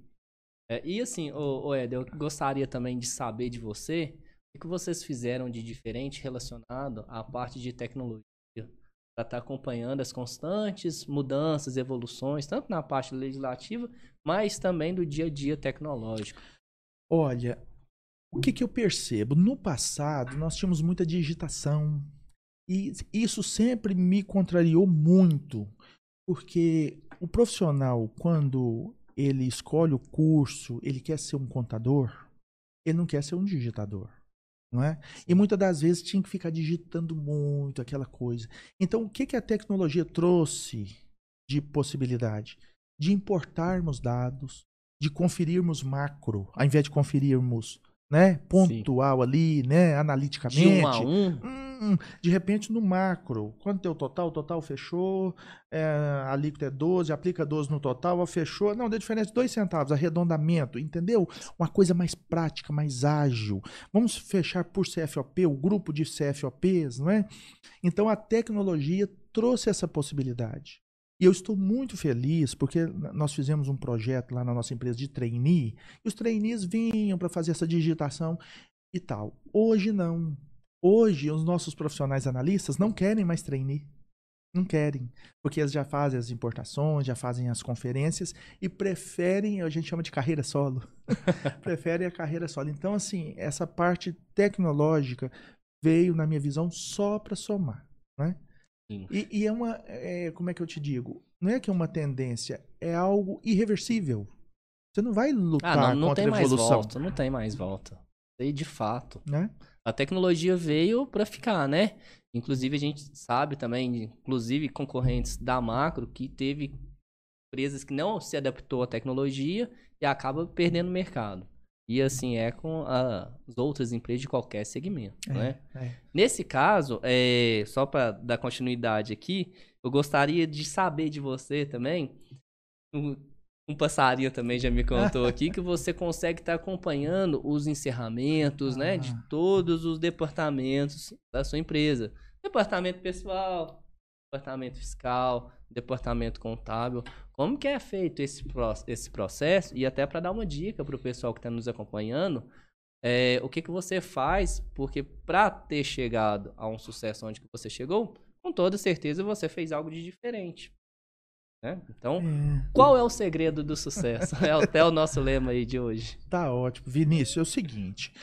E assim, Ed, eu gostaria também de saber de você o que vocês fizeram de diferente relacionado à parte de tecnologia para estar acompanhando as constantes mudanças, evoluções, tanto na parte legislativa, mas também do dia a dia tecnológico. Olha, o que eu percebo? No passado, nós tínhamos muita digitação e isso sempre me contrariou muito, porque o profissional, quando ele escolhe o curso, ele quer ser um contador, ele não quer ser um digitador, não é? E muitas das vezes tinha que ficar digitando muito aquela coisa. Então, o que a tecnologia trouxe de possibilidade? De importarmos dados, de conferirmos macro, ao invés de conferirmos, né, pontual Sim. ali, né, analiticamente. De 1 a 1. De repente no macro, quanto é o total fechou, a alíquota é 12, aplica 12 no total, fechou, não, deu diferença de 2 centavos, arredondamento, entendeu? Uma coisa mais prática, mais ágil. Vamos fechar por CFOP, o grupo de CFOPs, não é? Então a tecnologia trouxe essa possibilidade. E eu estou muito feliz porque nós fizemos um projeto lá na nossa empresa de trainee, e os trainees vinham para fazer essa digitação e tal. Hoje não. Hoje os nossos profissionais analistas não querem mais trainee. Não querem, porque eles já fazem as importações, já fazem as conferências e preferem, a gente chama de carreira solo, preferem a carreira solo. Então, assim, essa parte tecnológica veio, na minha visão, só para somar, né? E é uma, como é que eu te digo? Não é que é uma tendência, é algo irreversível. Você não vai lutar não contra tem a evolução. Mais volta, não tem mais volta. E de fato. Né? A tecnologia veio para ficar, né? Inclusive, a gente sabe também, inclusive concorrentes da Macro, que teve empresas que não se adaptou à tecnologia e acaba perdendo o mercado. E assim é com as outras empresas de qualquer segmento, né? Nesse caso, só para dar continuidade aqui, eu gostaria de saber de você também, um passarinho também já me contou aqui, que você consegue estar acompanhando os encerramentos, né, de todos os departamentos da sua empresa. Departamento pessoal, departamento fiscal, departamento contábil. Como que é feito esse processo? E até para dar uma dica para o pessoal que está nos acompanhando, o que você faz, porque para ter chegado a um sucesso onde que você chegou, com toda certeza você fez algo de diferente. Né? Então, qual é o segredo do sucesso? É até o nosso lema aí de hoje. Tá ótimo. Vinícius, é o seguinte,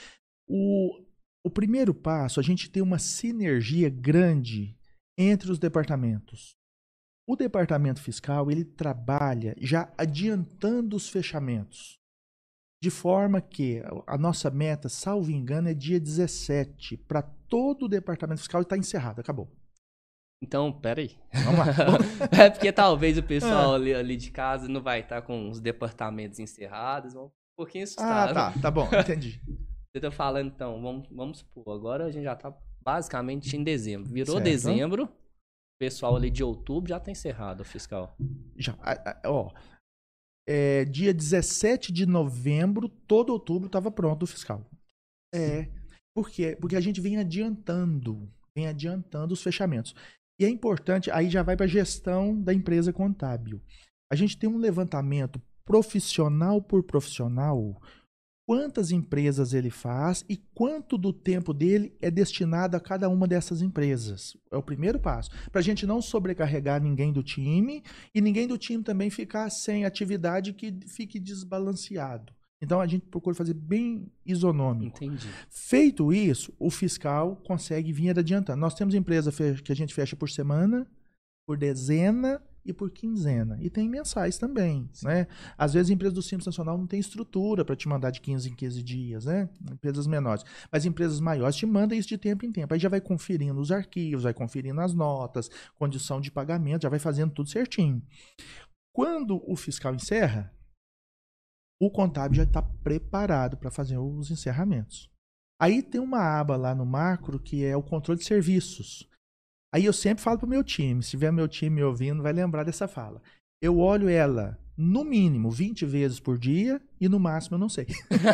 o primeiro passo, a gente tem uma sinergia grande entre os departamentos. O departamento fiscal, ele trabalha já adiantando os fechamentos, de forma que a nossa meta, salvo engano, é dia 17, para todo o departamento fiscal estar encerrado, acabou. Então, peraí. Vamos lá. É porque talvez o pessoal ali de casa não vai estar com os departamentos encerrados, um pouquinho assustado. Tá bom, entendi. Você tá falando, então, vamos supor, agora a gente já tá basicamente em dezembro. Virou certo. Dezembro, o pessoal ali de outubro já tá encerrado o fiscal. Já, dia 17 de novembro, todo outubro estava pronto o fiscal. Por quê? Porque a gente vem adiantando os fechamentos. E é importante, aí já vai para a gestão da empresa contábil. A gente tem um levantamento profissional por profissional, quantas empresas ele faz e quanto do tempo dele é destinado a cada uma dessas empresas. É o primeiro passo. Para a gente não sobrecarregar ninguém do time e ninguém do time também ficar sem atividade que fique desbalanceado. Então, a gente procura fazer bem isonômico. Entendi. Feito isso, o fiscal consegue vir adiantando. Nós temos empresa que a gente fecha por semana, por dezena e por quinzena. E tem mensais também, né? Às vezes a empresa do Simples Nacional não tem estrutura para te mandar de 15 em 15 dias, né? Empresas menores. Mas empresas maiores te mandam isso de tempo em tempo. Aí já vai conferindo os arquivos, vai conferindo as notas, condição de pagamento, já vai fazendo tudo certinho. Quando o fiscal encerra, o contábil já está preparado para fazer os encerramentos. Aí tem uma aba lá no macro que é o controle de serviços. Aí eu sempre falo para o meu time, se tiver meu time me ouvindo, vai lembrar dessa fala. Eu olho ela, no mínimo, 20 vezes por dia e no máximo eu não sei.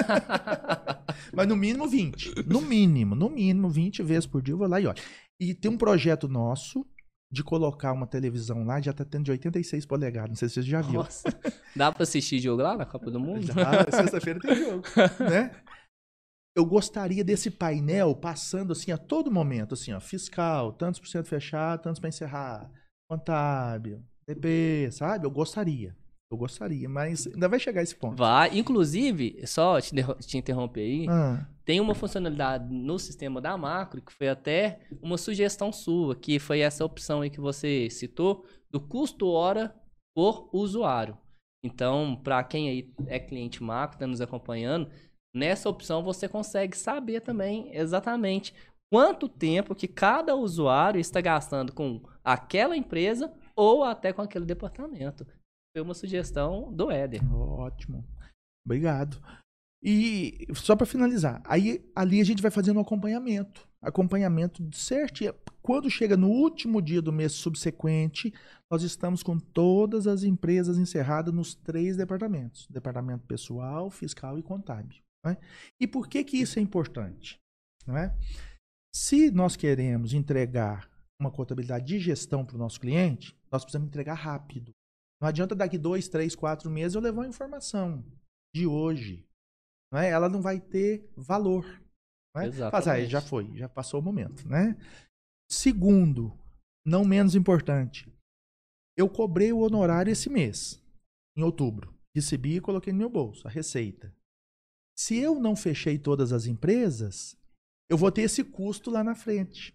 Mas no mínimo 20. No mínimo 20 vezes por dia eu vou lá e olho. E tem um projeto nosso de colocar uma televisão lá, já tá tendo de 86 polegadas, não sei se você já viu. Nossa, dá para assistir jogo lá na Copa do Mundo? Sexta-feira tem jogo, né? Eu gostaria desse painel passando assim a todo momento, assim, ó, fiscal, tantos por cento fechado, tantos para encerrar, contábil, DP, sabe? Eu gostaria, mas ainda vai chegar esse ponto. Vai, inclusive, só te interromper aí, tem uma funcionalidade no sistema da Macro que foi até uma sugestão sua, que foi essa opção aí que você citou, do custo hora por usuário. Então, para quem aí é cliente Macro, está nos acompanhando, nessa opção você consegue saber também exatamente quanto tempo que cada usuário está gastando com aquela empresa ou até com aquele departamento. Foi uma sugestão do Éder. Ótimo. Obrigado. E só para finalizar, aí ali a gente vai fazendo um acompanhamento certinho. Quando chega no último dia do mês subsequente, nós estamos com todas as empresas encerradas nos 3 departamentos: departamento pessoal, fiscal e contábil. Né? E por que isso é importante? Não é? Se nós queremos entregar uma contabilidade de gestão para o nosso cliente, nós precisamos entregar rápido. Não adianta daqui 2, 3, 4 meses eu levar uma informação de hoje. Não é? Ela não vai ter valor. Não é? Fala, já foi, já passou o momento. Né? Segundo, não menos importante, eu cobrei o honorário esse mês, em outubro. Recebi e coloquei no meu bolso, a receita. Se eu não fechei todas as empresas, eu vou ter esse custo lá na frente.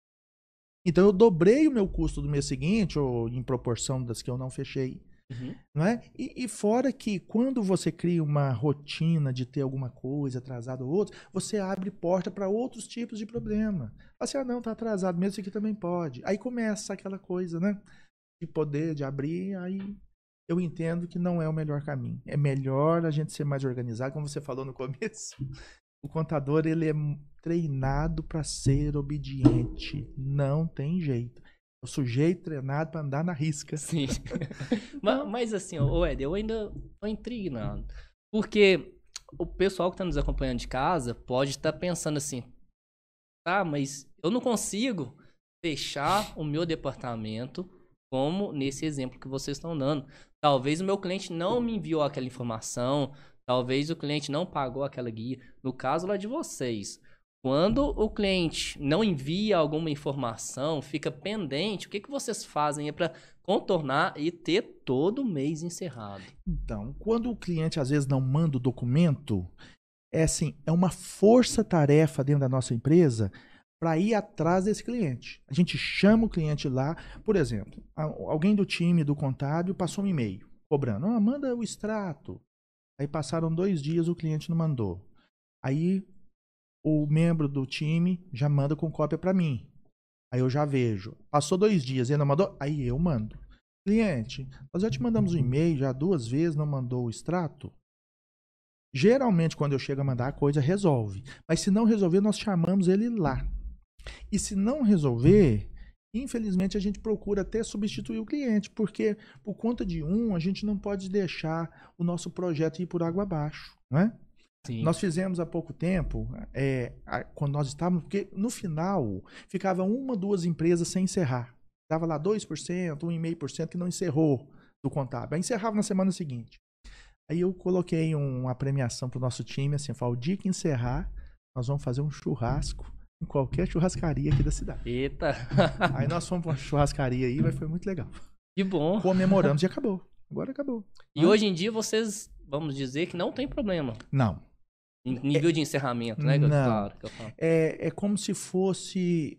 Então, eu dobrei o meu custo do mês seguinte, ou em proporção das que eu não fechei. Não é? E fora que, quando você cria uma rotina de ter alguma coisa atrasada ou outra, você abre porta para outros tipos de problema. Assim, não, tá atrasado, mesmo isso aqui também pode. Aí começa aquela coisa, né? De poder, de abrir, aí eu entendo que não é o melhor caminho. É melhor a gente ser mais organizado, como você falou no começo. O contador, ele é treinado para ser obediente. Não tem jeito. O sujeito treinado para andar na risca. Sim. Mas assim, Éder, eu ainda tô intrigado. Porque o pessoal que tá nos acompanhando de casa pode estar pensando assim, tá, mas eu não consigo fechar o meu departamento como nesse exemplo que vocês estão dando. Talvez o meu cliente não me enviou aquela informação, talvez o cliente não pagou aquela guia. No caso lá de vocês, quando o cliente não envia alguma informação, fica pendente, o que vocês fazem para contornar e ter todo mês encerrado? Então, quando o cliente às vezes não manda o documento, é assim, é uma força-tarefa dentro da nossa empresa para ir atrás desse cliente. A gente chama o cliente lá, por exemplo, alguém do time do contábil passou um e-mail cobrando, manda o extrato. Aí passaram 2 dias, o cliente não mandou. Aí o membro do time já manda com cópia para mim. Aí eu já vejo. Passou 2 dias e não mandou, aí eu mando. Cliente, nós já te mandamos um e-mail já 2 vezes, não mandou o extrato? Geralmente, quando eu chego a mandar, a coisa resolve. Mas se não resolver, nós chamamos ele lá. E se não resolver, infelizmente a gente procura até substituir o cliente, porque por conta de a gente não pode deixar o nosso projeto ir por água abaixo, não é? Sim. Nós fizemos há pouco tempo, quando nós estávamos, porque no final ficava 1, 2 empresas sem encerrar. Dava lá 2%, 1,5% que não encerrou do contábil. Aí encerrava na semana seguinte. Aí eu coloquei uma premiação pro nosso time, assim, o dia que encerrar, nós vamos fazer um churrasco em qualquer churrascaria aqui da cidade. Eita! Aí nós fomos pra uma churrascaria aí, mas foi muito legal. Que bom! Comemoramos e acabou. Agora acabou. E hoje em dia vocês, vamos dizer que não tem problema. Não. Em nível de encerramento, né? Não. Claro que eu falo. É como se fosse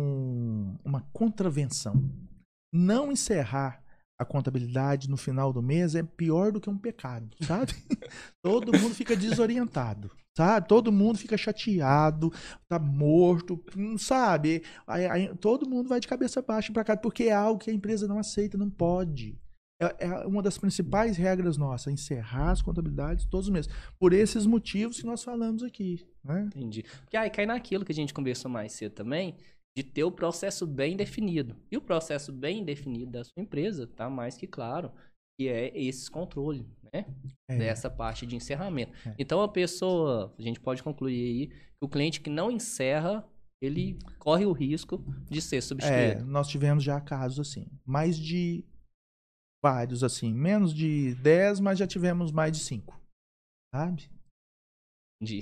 uma contravenção. Não encerrar a contabilidade no final do mês é pior do que um pecado, sabe? Todo mundo fica desorientado, sabe? Todo mundo fica chateado, tá morto, não sabe? Aí todo mundo vai de cabeça baixa para cá, porque é algo que a empresa não aceita, não pode. É uma das principais regras nossas, encerrar as contabilidades todos os meses. Por esses motivos que nós falamos aqui, né? Entendi. Porque aí cai naquilo que a gente conversou mais cedo também, de ter o processo bem definido. E o processo bem definido da sua empresa tá mais que claro, que é esse controle, né? Dessa parte de encerramento. Então a pessoa, a gente pode concluir aí, que o cliente que não encerra, ele corre o risco de ser substituído. Nós tivemos já casos assim, mais de vários assim, menos de 10, mas já tivemos mais de 5, sabe? Entendi.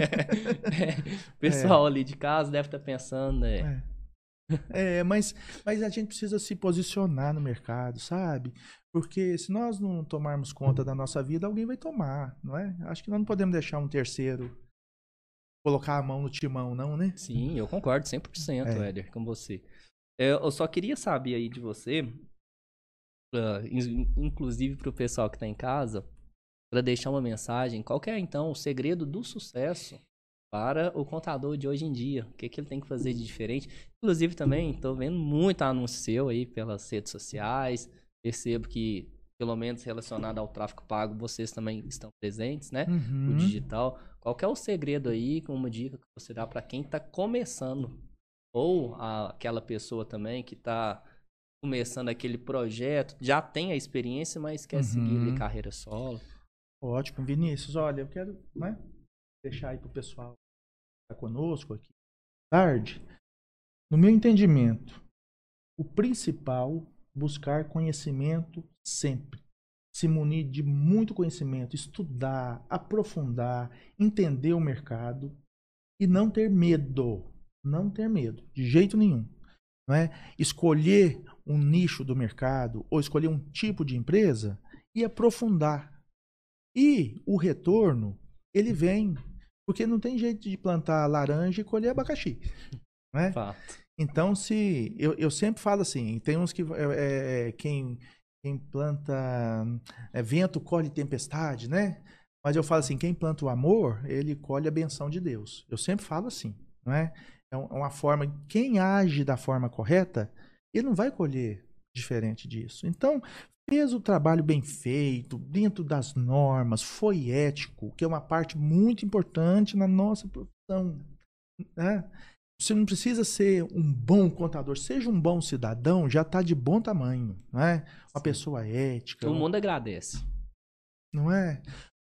O pessoal ali de casa deve estar pensando, né? Mas a gente precisa se posicionar no mercado, sabe? Porque se nós não tomarmos conta da nossa vida, alguém vai tomar, não é? Acho que nós não podemos deixar um terceiro colocar a mão no timão, não, né? Sim, eu concordo 100%, Éder, com você. Eu só queria saber aí de você, inclusive para o pessoal que está em casa, para deixar uma mensagem, qual que é então o segredo do sucesso para o contador de hoje em dia? O que ele tem que fazer de diferente? Inclusive também estou vendo muito anúncio seu aí pelas redes sociais, percebo que pelo menos relacionado ao tráfego pago, vocês também estão presentes, né? O digital. Qual que é o segredo aí, com uma dica que você dá para quem está começando? Ou aquela pessoa também que está começando aquele projeto, já tem a experiência, mas quer seguir a carreira solo? Ótimo, Vinícius. Olha, eu quero, né, deixar aí pro pessoal que está conosco aqui tarde. No meu entendimento, O principal, buscar conhecimento sempre. Se munir de muito conhecimento, estudar, aprofundar, entender o mercado e não ter medo. Não ter medo, de jeito nenhum. Não é? Escolher um nicho do mercado ou escolher um tipo de empresa e aprofundar. E o retorno, ele vem. Porque não tem jeito de plantar laranja e colher abacaxi. Não é? Fato. Então, se eu sempre falo assim, tem uns que quem planta vento colhe tempestade, né? Mas eu falo assim, quem planta o amor, ele colhe a benção de Deus. Eu sempre falo assim, não é? É uma forma, quem age da forma correta, ele não vai colher diferente disso. Então, fez o trabalho bem feito, dentro das normas, foi ético, que é uma parte muito importante na nossa profissão, né? Você não precisa ser um bom contador, seja um bom cidadão, já está de bom tamanho, não é? Uma pessoa ética. O mundo agradece. Não é?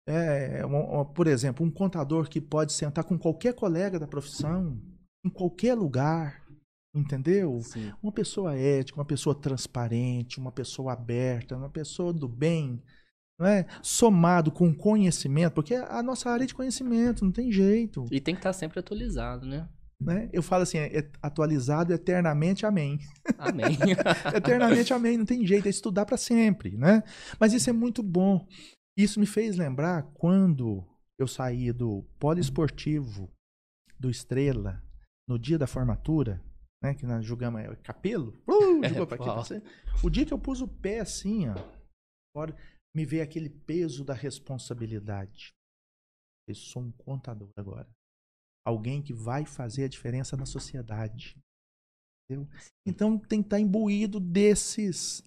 Por exemplo, um contador que pode sentar com qualquer colega da profissão, em qualquer lugar, entendeu? Sim. Uma pessoa ética, uma pessoa transparente, uma pessoa aberta, uma pessoa do bem, não é? Somado com conhecimento, porque a nossa área é de conhecimento, não tem jeito. E tem que estar sempre atualizado, né? Né? Eu falo assim, atualizado eternamente, amém. Amém. Eternamente, amém. Não tem jeito, é estudar para sempre, né? Mas isso é muito bom. Isso me fez lembrar quando eu saí do poliesportivo do Estrela, no dia da formatura, né? Que nós jogamos Capelo. Jogou pra aqui. O dia que eu pus o pé assim, ó, me veio aquele peso da responsabilidade. Eu sou um contador agora. Alguém que vai fazer a diferença na sociedade. Entendeu? Então tem que estar imbuído dessa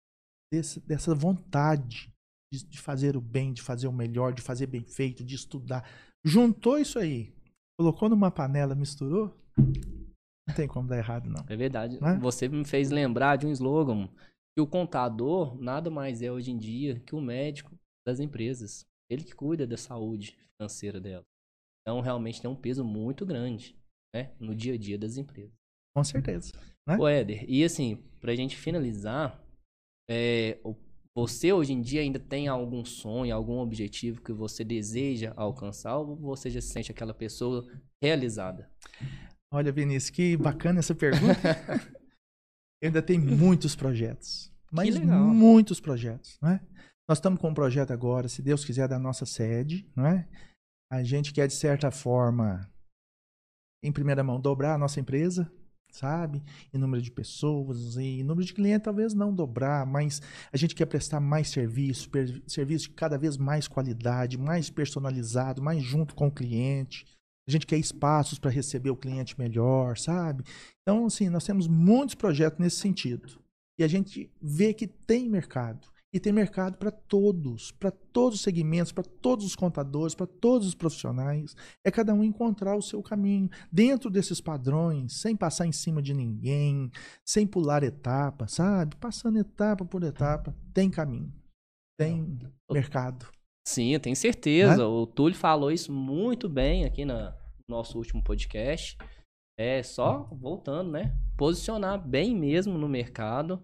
vontade de fazer o bem, de fazer o melhor, de fazer bem feito, de estudar. Juntou isso aí, colocou numa panela, misturou, não tem como dar errado, não. É verdade. Né? Você me fez lembrar de um slogan, que o contador nada mais é hoje em dia que o médico das empresas. Ele que cuida da saúde financeira dela. Então, realmente tem um peso muito grande, né, no dia a dia das empresas. Com certeza. Né? Ô, Éder, e assim, pra gente finalizar, você hoje em dia ainda tem algum sonho, algum objetivo que você deseja alcançar ou você já se sente aquela pessoa realizada? Olha, Vinícius, que bacana essa pergunta. Eu ainda tenho muitos projetos, mas muitos projetos, né? Nós estamos com um projeto agora, se Deus quiser, da nossa sede, não é? A gente quer, de certa forma, em primeira mão, dobrar a nossa empresa, sabe? Em número de pessoas, em número de clientes, talvez não dobrar, mas a gente quer prestar mais serviço de cada vez mais qualidade, mais personalizado, mais junto com o cliente. A gente quer espaços para receber o cliente melhor, sabe? Então, assim, nós temos muitos projetos nesse sentido. E a gente vê que tem mercado. E tem mercado para todos os segmentos, para todos os contadores, para todos os profissionais. É cada um encontrar o seu caminho dentro desses padrões, sem passar em cima de ninguém, sem pular etapa, sabe? Passando etapa por etapa, tem caminho, tem mercado. Sim, eu tenho certeza. Né? O Túlio falou isso muito bem aqui no nosso último podcast. É só voltando, né? Posicionar bem mesmo no mercado.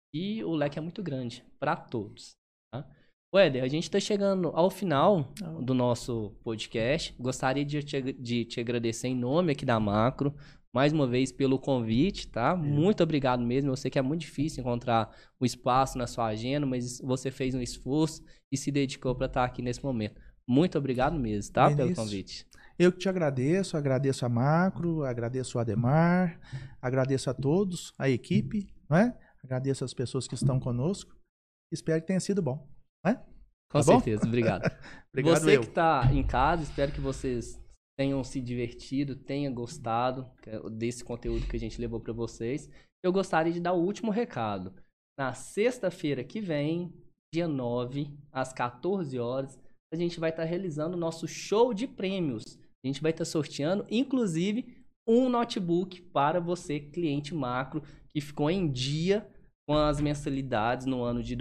E o leque é muito grande para todos. Tá? Éder, a gente está chegando ao final do nosso podcast. Gostaria de te agradecer em nome aqui da Macro, mais uma vez pelo convite, tá? Muito obrigado mesmo. Eu sei que é muito difícil encontrar um espaço na sua agenda, mas você fez um esforço e se dedicou para estar aqui nesse momento. Muito obrigado mesmo, tá? Pelo convite. Eu que te agradeço a Macro, agradeço o Ademar, agradeço a todos, a equipe, não é? Agradeço as pessoas que estão conosco. Espero que tenha sido bom. Né? Com certeza, obrigado. Obrigado. Você que está em casa, espero que vocês tenham se divertido, tenham gostado desse conteúdo que a gente levou para vocês. Eu gostaria de dar o último recado. Na sexta-feira que vem, dia 9, às 14 horas, a gente vai estar realizando o nosso show de prêmios. A gente vai estar sorteando, inclusive, um notebook para você, cliente Macro, que ficou em dia com as mensalidades no ano de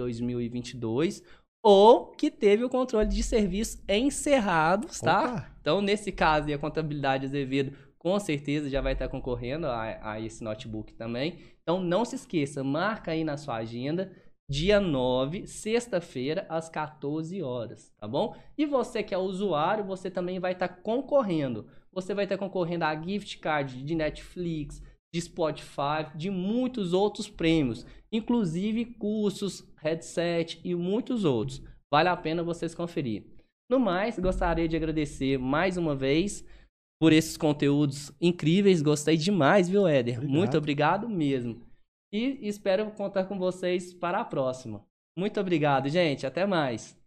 2022 ou que teve o controle de serviços encerrados, tá? Opa. Então, nesse caso, a Contabilidade Azevedo com certeza já vai estar concorrendo a esse notebook também. Então não se esqueça, marca aí na sua agenda, dia 9, sexta-feira, às 14 horas, tá bom? E você que é usuário, você também vai estar concorrendo. Você vai estar concorrendo a gift card de Netflix, de Spotify, de muitos outros prêmios, inclusive cursos, headset e muitos outros. Vale a pena vocês conferir. No mais, gostaria de agradecer mais uma vez por esses conteúdos incríveis. Gostei demais, viu, Éder? Obrigado. Muito obrigado mesmo. E espero contar com vocês para a próxima. Muito obrigado, gente. Até mais.